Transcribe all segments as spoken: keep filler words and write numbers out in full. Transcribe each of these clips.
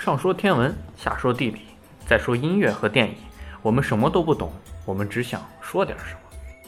上说天文，下说地理，再说音乐和电影，我们什么都不懂，我们只想说点什么。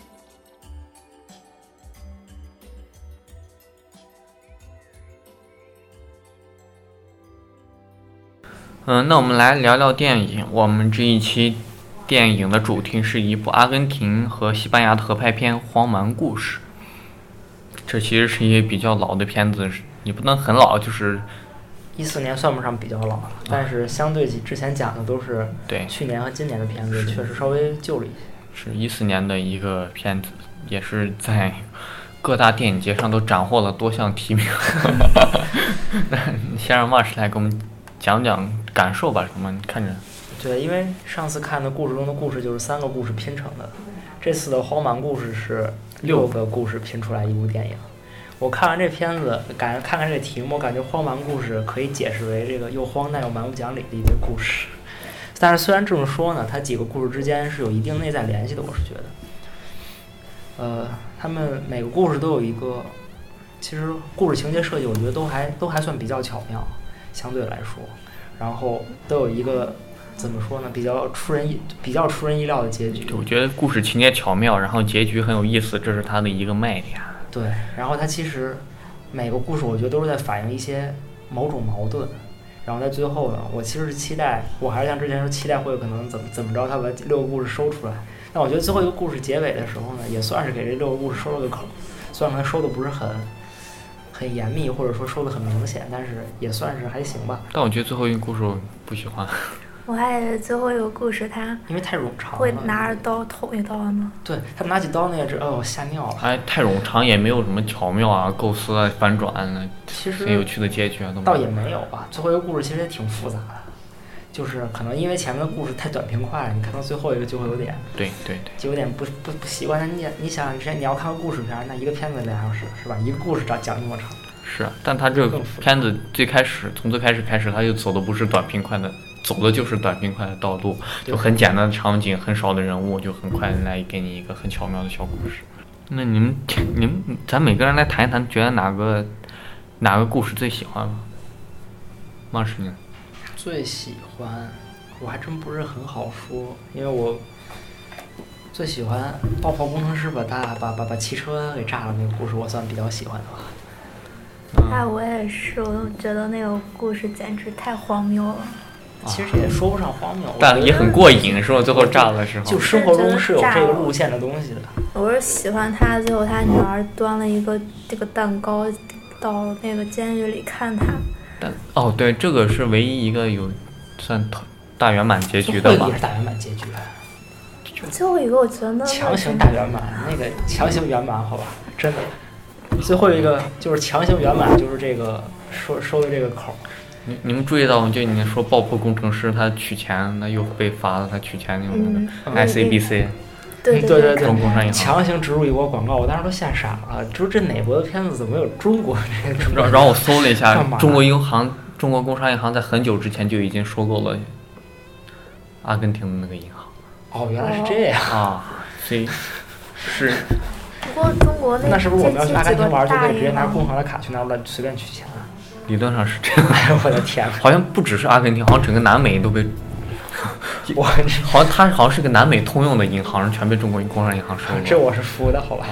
嗯，那我们来聊聊电影。我们这一期电影的主题是一部阿根廷和西班牙的合拍片《荒蛮故事》。这其实是一个比较老的片子，也不能很老，就是一四年算不上比较老了，但是相对起之前讲的都是对去年和今年的片子，确实稍微旧了一些。 是一四年的一个片子，也是在各大电影节上都斩获了多项提名。那先让 Marsh 来给我们讲讲感受吧，什么你看着？ 对，因为上次看的故事中的故事就是三个故事拼成的，这次的荒蛮故事是六个故事拼出来一部电影。我看完这片子，感觉看看这题目，我感觉荒蛮故事可以解释为这个又荒诞又蛮不讲理的一堆故事。但是虽然这么说呢，它几个故事之间是有一定内在联系的，我是觉得。呃，他们每个故事都有一个，其实故事情节设计，我觉得都还都还算比较巧妙，相对来说，然后都有一个怎么说呢，比较出人意比较出人意料的结局。 我觉得故事情节巧妙，然后结局很有意思，这是它的一个卖点。 对，然后它其实每个故事我觉得都是在反映一些某种矛盾，然后在最后呢，我其实是期待，我还是像之前说期待会有可能怎么怎么着，他把六个故事收出来。但我觉得最后一个故事结尾的时候呢，也算是给这六个故事收了个口，虽然可能收的不是很很严密，或者说收的很明显，但是也算是还行吧。 但我觉得最后一个故事我不喜欢。 我还以为最后一个故事他因为太冗长了， 会拿着刀捅一刀呢。 对，他拿起刀那只，哦，吓尿了。 哎，太冗长，也没有什么巧妙啊、构思啊、反转啊， 其实很有趣的结局啊，都倒也没有吧。最后一个故事其实也挺复杂的，就是可能因为前面的故事太短平快了，你看到最后一个就会有点， 对对对， 就有点不不不习惯。你你想，你要看个故事片，那一个片子俩小时是吧？一个故事讲讲那么长。 是，但他这个片子最开始从最开始开始，他就走的不是短平快的。走的就是短平快的道路，就很简单的场景，很少的人物，就很快来给你一个很巧妙的小故事。那你们，你们，咱每个人来谈一谈，觉得哪个哪个故事最喜欢吗？马师呢？ 最喜欢，我还真不是很好说，因为我最喜欢爆破工程师把大把把把汽车给炸了那个故事，我算比较喜欢的吧。 哎、嗯，我也是，我觉得那个故事简直太荒谬了。 其实也说不上荒谬， 但也很过瘾，是吧？最后炸的时候， 就生活中是有这个路线的东西的。 我是喜欢他，最后他女儿端了一个这个蛋糕到那个监狱里看他。 但哦，对，这个是唯一一个有算大圆满结局的吧？ 也是大圆满结局。 最后一个我觉得强行大圆满，那个强行圆满，好吧，真的。最后一个就是强行圆满，就是这个收收的这个口。 你你们注意到，就你说爆破工程师他取钱，那又被罚了，他取钱那种那个 S A B C， 对对对对，中工商银行强行植入一波广告，我当时都吓傻了，就是这哪国的片子怎么有中国这个？ 然后我搜了一下，中国银行、中国工商银行在很久之前就已经收购了阿根廷的那个银行。 哦，原来是这样啊，所以是。 不过中国那那是不是我们要去阿根廷玩，就可以直接拿工行的卡去那儿随便取钱？ 理论上是这样。 哎呦我的天！ 好像不只是阿根廷，好像整个南美都被。 我好像它好像是个南美通用的银行，全被中国工商银行收了。 这我是服的，好吧？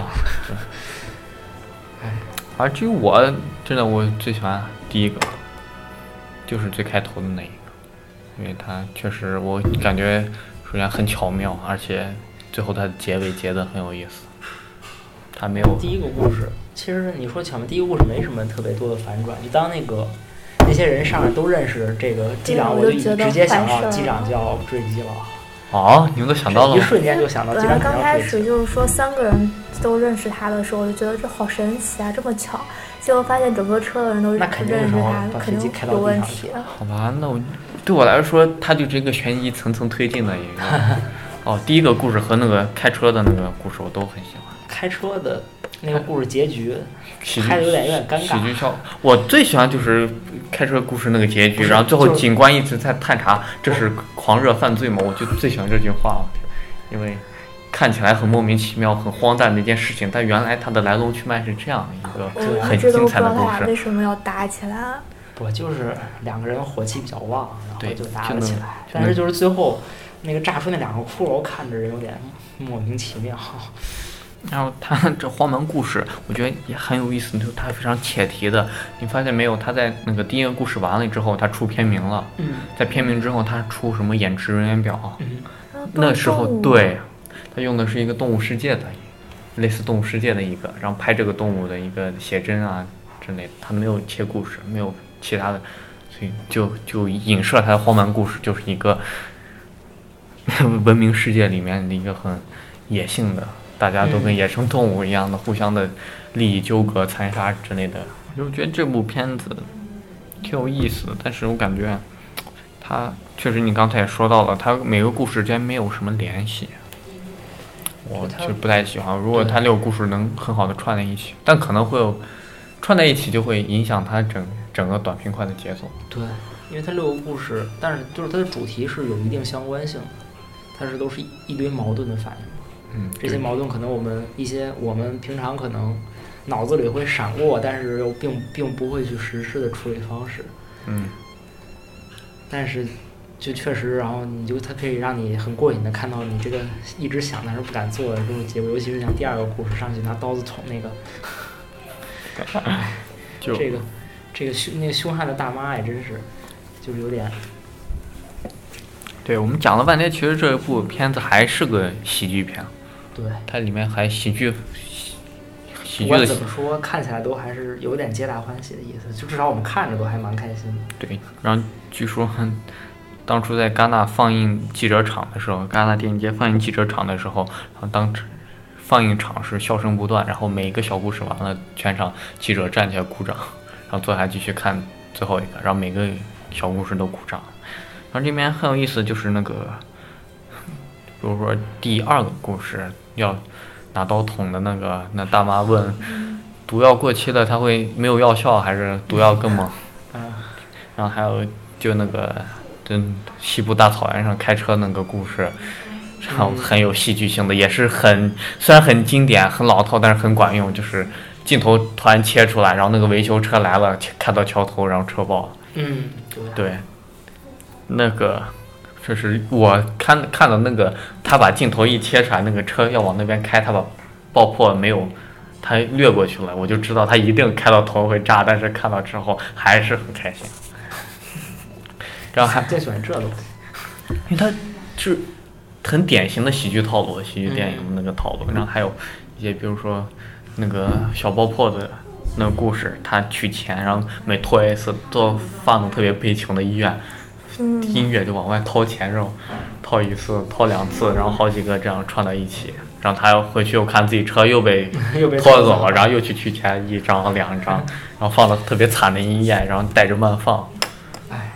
哎，而至于我，真的我最喜欢第一个，就是最开头的那一个，因为它确实我感觉首先很巧妙，而且最后它的结尾结得很有意思。它没有第一个故事。其实你说巧妙，第一个故事没什么特别多的反转。就当那个那些人上来都认识这个机长，我就直接想到机长就要坠机了。 哦，你们都想到了？ 一瞬间就想到机长肯定要坠机。 刚开始就是说三个人都认识他的时候，我就觉得这好神奇啊，这么巧。结果发现整个车的人都认识他，肯定有问题。 好吧，那我对我来说，它就是一个悬疑层层推进的一个。哦，第一个故事和那个开车的那个故事我都很喜欢。 开车的那个故事结局开的有点有点尴尬。 喜剧效，我最喜欢就是开车故事那个结局，然后最后警官一直在探查这是狂热犯罪嘛，我就最喜欢这句话了，因为看起来很莫名其妙、很荒诞的一件事情，但原来它的来龙去脉是这样的一个很精彩的故事。 为什么要打起来？ 不就是两个人火气比较旺，然后就打了起来。 但是就是最后那个炸出那两个骷髅，看着人有点莫名其妙。 然后他这荒蛮故事，我觉得也很有意思，就是他非常切题的。你发现没有？他在那个第一个故事完了之后，他出片名了。 嗯。 在片名之后，他出什么演职人员表？ 嗯。 那时候对，他用的是一个动物世界的，类似动物世界的一个，然后拍这个动物的一个写真啊之类的。他没有切故事，没有其他的，所以就就影射他的荒蛮故事就是一个文明世界里面的一个很野性的。大家都跟野生动物一样的，互相的利益纠葛、残杀之类的。我就觉得这部片子挺有意思的，但是我感觉它确实，你刚才也说到了，它每个故事之间没有什么联系，我就不太喜欢。如果它六个故事能很好的串在一起，但可能会有串在一起就会影响它整整个短平快的节奏。 对，因为它六个故事，但是就是它的主题是有一定相关性的，它是都是一堆矛盾的反应。 嗯， 这些矛盾可能我们一些我们平常可能脑子里会闪过，但是又并并不会去实施的处理方式。 嗯， 但是就确实，然后你就它可以让你很过瘾的看到你这个一直想但是不敢做的这种结果，尤其是像第二个故事上去拿刀子捅那个， 就这个这个凶那个凶悍的大妈也真是，就是有点。 对，我们讲了半天，其实这部片子还是个喜剧片。 对， 它里面还喜剧，喜剧的。 怎么说，看起来都还是有点皆大欢喜的意思，就至少我们看着都还蛮开心的。 对，然后据说当初在戛纳放映记者场的时候，戛纳电影节放映记者场的时候，然后当放映场是笑声不断，然后每一个小故事完了，全场记者站起来鼓掌，然后坐下继续看最后一个，然后每个小故事都鼓掌。然后这边很有意思，就是那个，比如说第二个故事要拿刀捅的那个，那大妈问，毒药过期了，它会没有药效还是毒药更猛？然后还有就那个，就西部大草原上开车那个故事，然后很有戏剧性的，也是很虽然很经典、很老套，但是很管用。就是镜头突然切出来，然后那个维修车来了，开到桥头，然后车爆。 嗯， 对。那个，就是我看看到那个，他把镜头一切出来，那个车要往那边开，他把爆破没有，他掠过去了，我就知道他一定开到头会炸，但是看到之后还是很开心。然后还最喜欢这东西， 因为它是很典型的喜剧套路，喜剧电影的那个套路。嗯、然后还有一些，比如说那个小爆破的那个故事，他取钱，然后每拖一次都放的特别悲情的医院。 嗯、 音乐就往外掏钱，然后掏一次掏两次，然后好几个这样串到一起，然后他又回去又看自己车又被拖走了，然后又去取钱，一张两张，然后放的特别惨的音乐，然后带着慢放， 哎，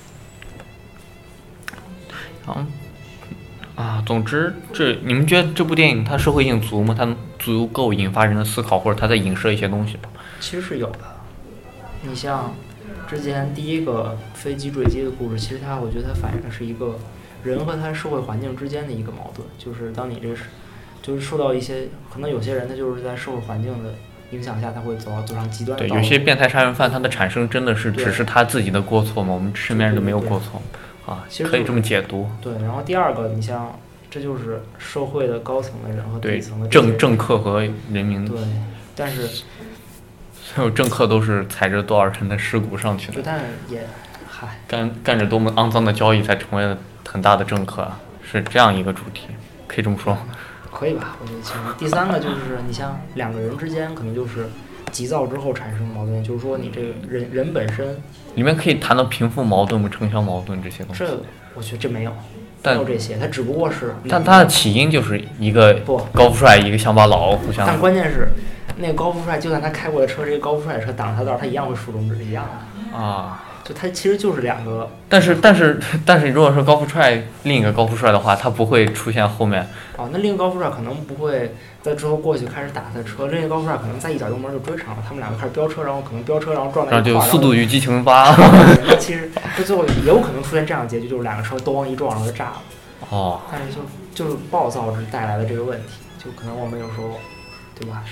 然后啊，总之这你们觉得这部电影它社会性足吗？它足够引发人的思考，或者它在影射一些东西吗？ 其实是有的，你像。之前第一个飞机坠机的故事，其实它我觉得它反映的是一个人和他社会环境之间的一个矛盾，就是当你这是就是受到一些可能有些人他就是在社会环境的影响下，他会走走上极端的道路。 对，有些变态杀人犯他的产生真的是只是他自己的过错吗？我们身边人都没有过错啊， 其实可以这么解读。 对，然后第二个，你像这就是社会的高层的人和底层的政政客和人民。 对，但是。 所有政客都是踩着多少人的尸骨上去的， 但也，嗨， 干干着多么肮脏的交易才成为了很大的政客，是这样一个主题，可以这么说。 可以吧？我觉得其实第三个就是你像两个人之间可能就是急躁之后产生矛盾，就是说你这个人人本身。 里面可以谈到贫富矛盾、城乡矛盾这些东西。 这我觉得这没有， 没有这些，它只不过是。 但它的起因就是一个高富帅，一个乡巴佬互相。 但关键是。那个高富帅，就算他开过的车，这个高富帅的车挡他道，他一样会竖中指，一样的。 啊， 就他其实就是两个。 但是但是但是，如果说高富帅另一个高富帅的话，他不会出现后面。 哦，那另一个高富帅可能不会在之后过去开始打他的车，另一个高富帅可能再一脚油门就追上了，他们两个开始飙车，然后可能飙车，然后撞在一块儿。 然后就《速度与激情八》。 那其实这最后也有可能出现这样的结局，就是两个车都往一撞，然后就炸了。 哦。 但是就就是暴躁是带来的这个问题，就可能我们有时候，对吧？是。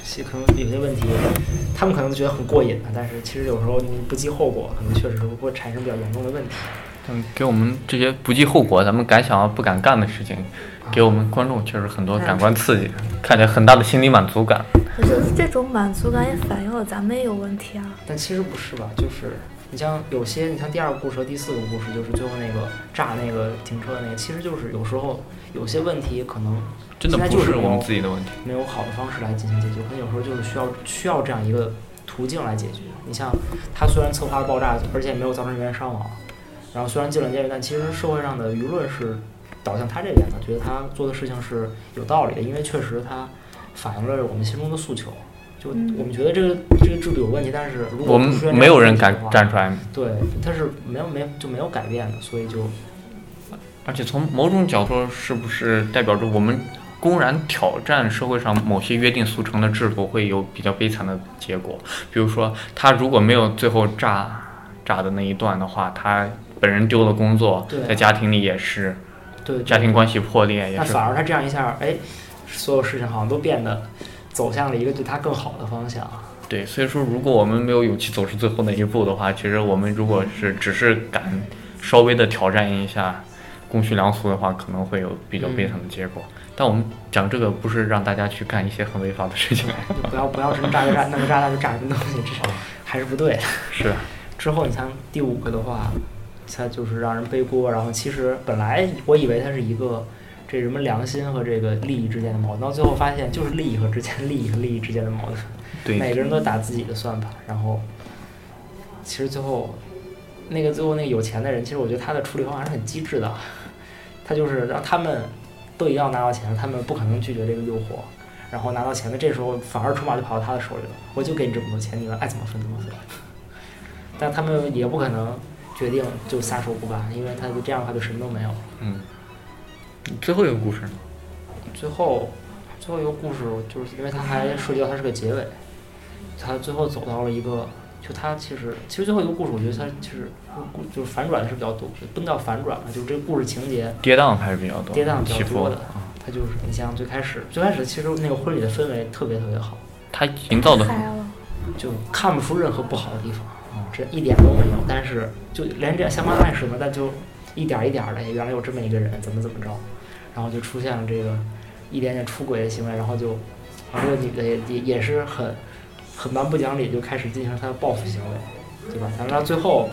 可能有些问题，他们可能觉得很过瘾，但是其实有时候你不计后果，可能确实是会产生比较严重的问题。 嗯，给我们这些不计后果，咱们敢想不敢干的事情，给我们观众确实很多感官刺激，看起来很大的心理满足感。 我觉得这种满足感也反映了咱们也有问题啊。 但其实不是吧？就是你像有些，你像第二个故事和第四个故事，就是最后那个炸那个停车的那个，其实就是有时候有些问题可能真的不是我们自己的问题， 没有好的方式来进行解决，可能有时候就是需要需要这样一个途径来解决。你像他虽然策划了爆炸，而且没有造成人员伤亡。然后虽然进了监狱，但其实社会上的舆论是导向他这边的，觉得他做的事情是有道理的，因为确实他反映了我们心中的诉求。就我们觉得这个这个制度有问题，但是如果我们没有人敢站出来， 对，他是没有没就没有改变的，所以就， 而且从某种角度，是不是代表着我们公然挑战社会上某些约定俗成的制度，会有比较悲惨的结果？比如说，他如果没有最后炸炸的那一段的话，他本人丢了工作，在家庭里也是， 对， 家庭关系破裂也是。 那反而他这样一下，哎，所有事情好像都变得走向了一个对他更好的方向。 对，所以说，如果我们没有勇气走出最后那一步的话，其实我们如果是只是敢稍微的挑战一下公序良俗的话，可能会有比较悲惨的结果。嗯、但我们讲这个不是让大家去干一些很违法的事情， 就不要不要什么炸个炸，弄个炸弹就炸什么东西，这还是不对的。 是。 之后你像第五个的话，它就是让人背锅，然后其实本来我以为它是一个这什么良心和这个利益之间的矛盾，到最后发现就是利益和之间利益和利益之间的矛盾。 对， 每个人都打自己的算盘，然后其实最后那个最后那个有钱的人，其实我觉得他的处理方法是很机智的，他就是让他们都一定要拿到钱，他们不可能拒绝这个诱惑，然后拿到钱的这时候反而筹码就跑到他的手里了，我就给你这么多钱，你们爱怎么分怎么分。但他们也不可能决定就撒手不管，因为他这样的话就什么都没有。 嗯。最后一个故事呢？ 最后，最后一个故事就是因为他还涉及到他是个结尾，他最后走到了一个，就他其实其实最后一个故事，我觉得他其实就是反转是比较多，不能叫反转吧，就是这个故事情节跌宕还是比较多， 跌宕比较多的。他就是你像最开始，最开始其实那个婚礼的氛围特别特别好， 他营造的就看不出任何不好的地方。这一点都没有，但是就连这样相关暗示嘛，但就一点一点的，原来有这么一个人，怎么怎么着，然后就出现了这个一点点出轨的行为，然后就，然后这个女的也也也是很很蛮不讲理，就开始进行她的报复行为，对吧？然后到最后，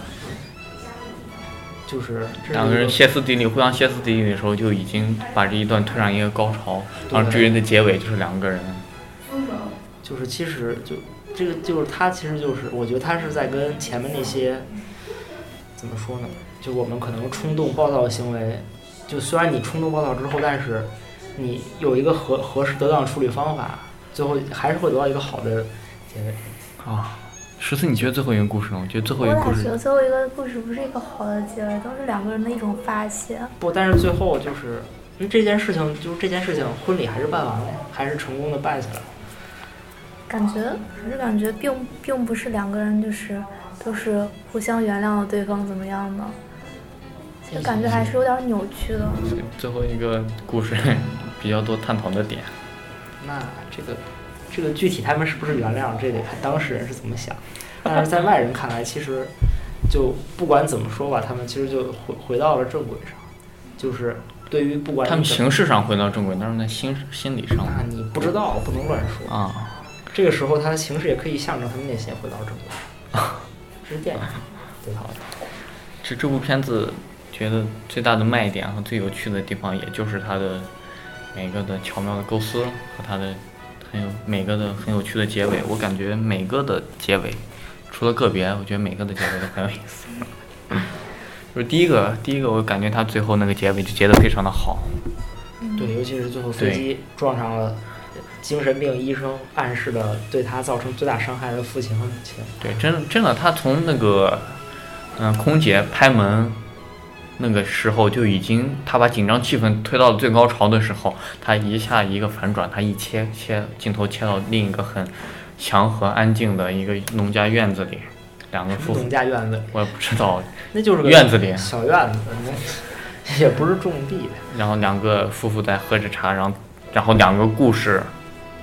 就是两个人歇斯底里，互相歇斯底里的时候，就已经把这一段推上一个高潮，然后至于的结尾就是两个人， 就是其实就。这个就是他，其实就是我觉得他是在跟前面那些怎么说呢？就我们可能冲动暴躁的行为，就虽然你冲动暴躁之后，但是你有一个合合适得当的处理方法，最后还是会得到一个好的结尾。 啊，十四，你觉得最后一个故事呢？我觉得最后一个故事， 我觉得最后一个故事不是一个好的结尾，都是两个人的一种发泄。 不，但是最后就是因为这件事情，就是这件事情，婚礼还是办完了，还是成功的办下来了。 感觉还是感觉并并不是两个人就是都是互相原谅了对方怎么样的，就感觉还是有点扭曲的。 最后一个故事比较多探讨的点， 那这个这个具体他们是不是原谅，这得看当事人是怎么想。但是在外人看来，其实就不管怎么说吧，他们其实就回回到了正轨上，就是对于不管他们形式上回到正轨，但是在心心理上， 那你不知道，不能乱说啊。 这个时候，他的形式也可以象征他们内心回到正轨。这是电影，对好的。 这这部片子，觉得最大的卖点和最有趣的地方，也就是它的每个的巧妙的构思和它的很有每个的很有趣的结尾。我感觉每个的结尾，除了个别，我觉得每个的结尾都很有意思。就是第一个，第一个，我感觉他最后那个结尾就结得非常的好。 对，尤其是最后飞机撞上了精神病医生暗示的对他造成最大伤害的父亲和母亲。 对，真真的，他从那个嗯、呃、空姐拍门那个时候就已经，他把紧张气氛推到了最高潮的时候，他一下一个反转，他一切切镜头切到另一个很祥和安静的一个农家院子里，两个夫妇。 农家院子里我也不知道， 那就是个院子里小院子，也不是种地的。 然后两个夫妇在喝着茶，然后然后两个故事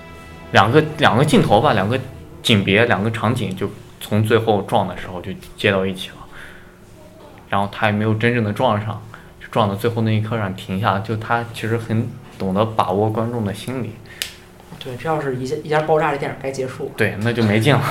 两个两个镜头吧，两个景别，两个场景就从最后撞的时候就接到一起了，然后他也没有真正的撞上，就撞到最后那一刻让停下，就他其实很懂得把握观众的心理。 对，这要是一下一下爆炸，这电影该结束。 对，那就没劲了。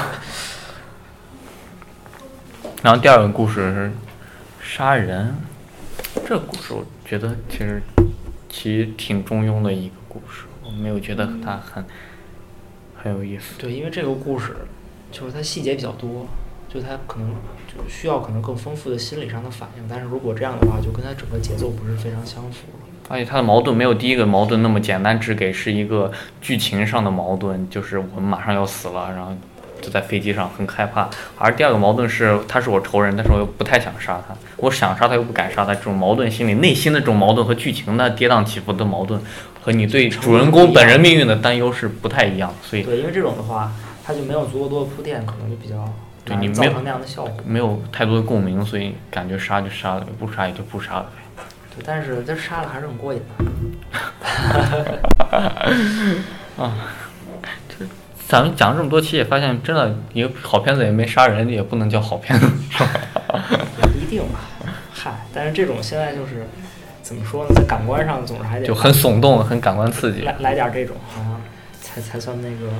然后第二个故事是杀人，这个故事我觉得其实其实挺中庸的一个故事，我没有觉得它很很有意思。 对，因为这个故事就是它细节比较多，就它可能就是需要可能更丰富的心理上的反应，但是如果这样的话，就跟它整个节奏不是非常相符了。 而且它的矛盾没有第一个矛盾那么简单，只给是一个剧情上的矛盾，就是我们马上要死了，然后就在飞机上很害怕。而第二个矛盾是他是我仇人，但是我又不太想杀他，我想杀他又不敢杀他，这种矛盾心理内心的这种矛盾和剧情的跌宕起伏的矛盾，和你对主人公本人命运的担忧是不太一样。所以对，因为这种的话，它就没有足够多的铺垫，可能就比较对你造成那样的效果， 没有太多的共鸣，所以感觉杀就杀了，不杀也就不杀了呗。 对，但是这杀了还是很过瘾的。 啊，这咱们讲了这么多期，也发现真的一个好片子也没杀人，也不能叫好片子，是吧？ 不一定吧，嗨，但是这种现在就是怎么说呢，在感官上总是还得就很耸动，很感官刺激， 来来点这种，好像才才算那个。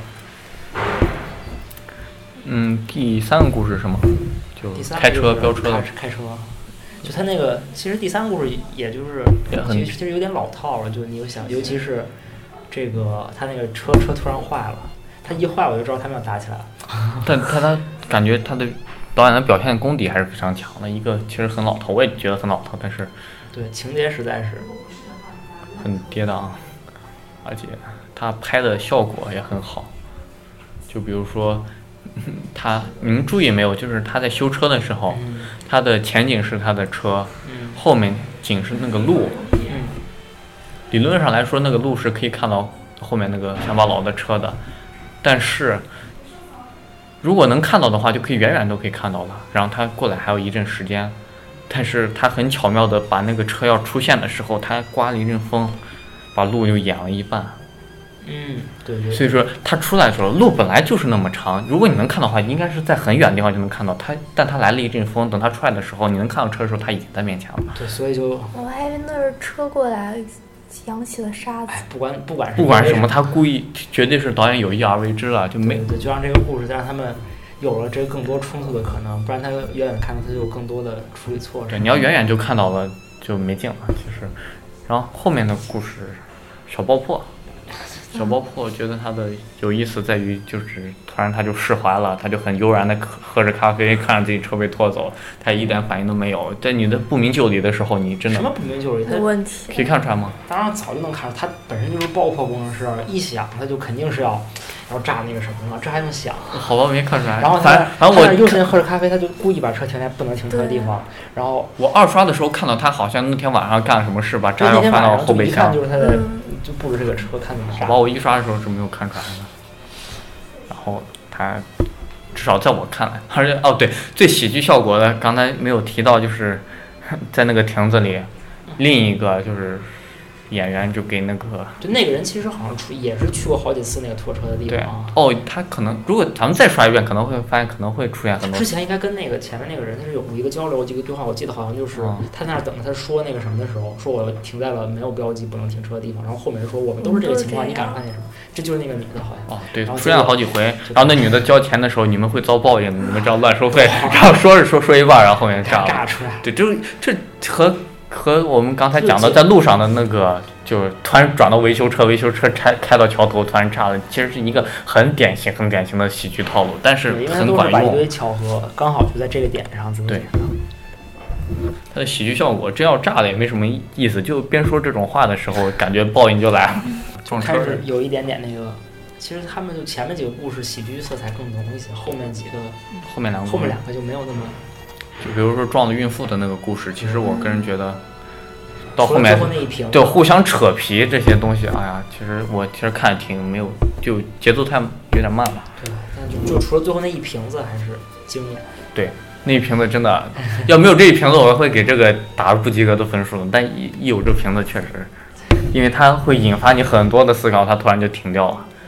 嗯，第三个故事是什么？就开车飙车的。 开车，就他那个，其实第三个故事也就是也很其实有点老套了，就你有想，尤其是这个他那个车车突然坏了，他一坏我就知道他们要打起来了。 但他他感觉他的导演的表现功底还是非常强的，一个其实很老套，我也觉得很老套，但是对情节实在是很跌宕，而且他拍的效果也很好，就比如说。他，你们注意没有？就是他在修车的时候， 嗯、 他的前景是他的车， 嗯、 后面景是那个路。 嗯、 理论上来说，那个路是可以看到后面那个乡巴佬的车的，但是如果能看到的话，就可以远远都可以看到了。然后他过来还有一阵时间，但是他很巧妙的把那个车要出现的时候，他刮了一阵风，把路就掩了一半。 嗯，对对。 所以说他出来的时候，路本来就是那么长，如果你能看到的话，应该是在很远的地方就能看到他。但他来了一阵风，等他出来的时候，你能看到车的时候，他已经在面前了。 对，所以就我还以为那是车过来扬起了沙子。 哎，不管不管是不管什么，他故意，绝对是导演有意而为之了，就没对，就让这个故事让他们有了这更多冲突的可能，不然他远远看到他就有更多的处理措施。 对，你要远远就看到了就没劲了，其实。然后后面的故事，小爆破。小爆破，我觉得它的有意思在于，就是突然他就释怀了，他就很悠然的喝着咖啡，看着自己车被拖走，他一点反应都没有。在你的不明就里的时候，你真的什么不明就里？ 有问题， 可以看出来吗？ 当然早就能看出，他本身就是爆破工程师，一想他就肯定是要要炸那个什么了，这还用想？ 好吧，没看出来。 然后他， 然后我悠闲喝着咖啡，他就故意把车停在不能停车的地方。然后我二刷的时候看到他好像那天晚上干了什么事，把炸药放到后备箱。 就是他在就布置这个车，看怎么炸。 好吧，我一刷的时候是没有看出来的。然后他至少在我看来，而且哦对，最喜剧效果的刚才没有提到，就是在那个亭子里，另一个就是演员就给那个， 就那个人其实好像出也是去过好几次那个拖车的地方。 对哦，他可能如果咱们再刷一遍，可能会发现可能会出现很多。 之前应该跟那个前面那个人他是有一个交流，几个对话，我记得好像就是他在那儿等着他说那个什么的时候，说我停在了没有标记不能停车的地方，然后后面说我们都是这个情况，你敢看见什么？这就是那个女的好像。 哦，对，出现了好几回。然后那女的交钱的时候，你们会遭报应，你们这样乱收费。然后说着说说一半，然后后面炸了。 炸出来。 对，就这和和我们刚才讲的在路上的那个。就突然转到维修车，维修车开开到桥头，突然炸了。其实是一个很典型、很典型的喜剧套路，但是很管用。 把一堆巧合刚好就在这个点上，怎么对？它的喜剧效果，真要炸了也没什么意思。就边说这种话的时候，感觉报应就来了。 就开始有一点点那个，其实他们就前面几个故事喜剧色彩更浓一些，后面几个后面两个后面两个就没有那么。 就比如说撞了孕妇的那个故事，其实我个人觉得。到后面对互相扯皮这些东西，哎呀，其实我其实看挺没有，就节奏太有点慢了。 对，但就就除了最后那一瓶子还是惊艳。 对，那一瓶子真的，要没有这一瓶子，我会给这个打不及格的分数的。但一一有这瓶子，确实，因为它会引发你很多的思考，它突然就停掉了。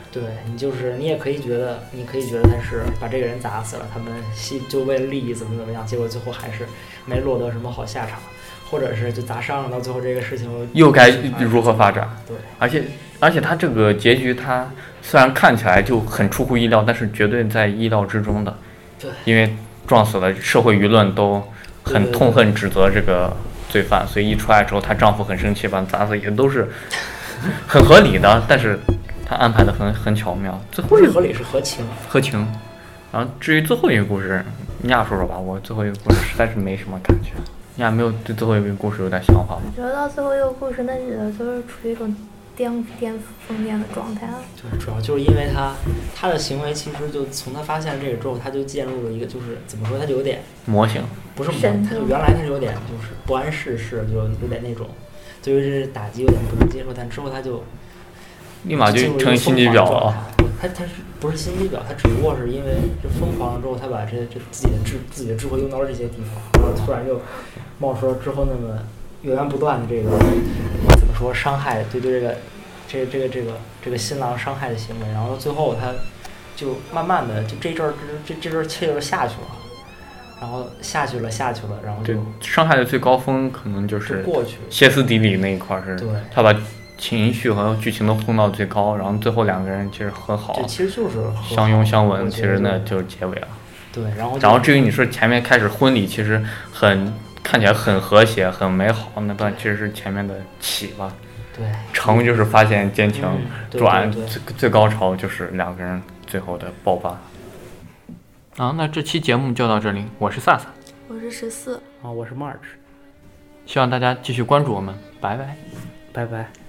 对你就是你也可以觉得，你可以觉得他是把这个人砸死了，他们系就为了利益怎么怎么样，结果最后还是没落得什么好下场，或者是就砸伤了，到最后这个事情又该如何发展？ 对， 而且而且他这个结局，他虽然看起来就很出乎意料，但是绝对在意料之中的。 对， 因为撞死了，社会舆论都很痛恨指责这个罪犯，所以一出来之后，她丈夫很生气，把砸死也都是很合理的，但是他安排的很很巧妙。最后不是合理，是合情。 合情。然后至于最后一个故事，你俩说说吧，我最后一个故事实在是没什么感觉。你俩没有对最后一个故事有点想法吗？ 我觉得到最后一个故事，那女的就是处于一种癫癫疯癫的状态了。 对，主要就是因为他他的行为其实就从他发现这个之后，他就进入了一个就是怎么说，他就有点魔性， 不是魔，他就原来他就有点就是不谙世事，就有点那种对于这打击有点不能接受，但之后他就立马就成心机婊了。 他他是不是心机婊？他只不过是因为这疯狂了之后，他把这这自己的智自己的智慧用到了这些地方，然后突然就冒出了之后那么源源不断的这个怎么说伤害，对对这个这个这个这个这个新郎伤害的行为，然后最后他就慢慢的就这阵儿这这阵儿气就下去了，然后下去了下去了，然后就伤害的最高峰可能就是过去歇斯底里那一块是， 对， 他把情绪和剧情都轰到最高，然后最后两个人其实和好， 这其实就是相拥相吻，其实那就是结尾了。 对，然后然后至于你说前面开始婚礼，其实很看起来很和谐、很美好，那段其实是前面的起吧。 对， 成就是发现奸情， 嗯、 转最最高潮就是两个人最后的爆发。啊，那这期节目就到这里，我是萨萨， 我是十四， 啊，我是 March， 希望大家继续关注我们，拜拜， 拜拜。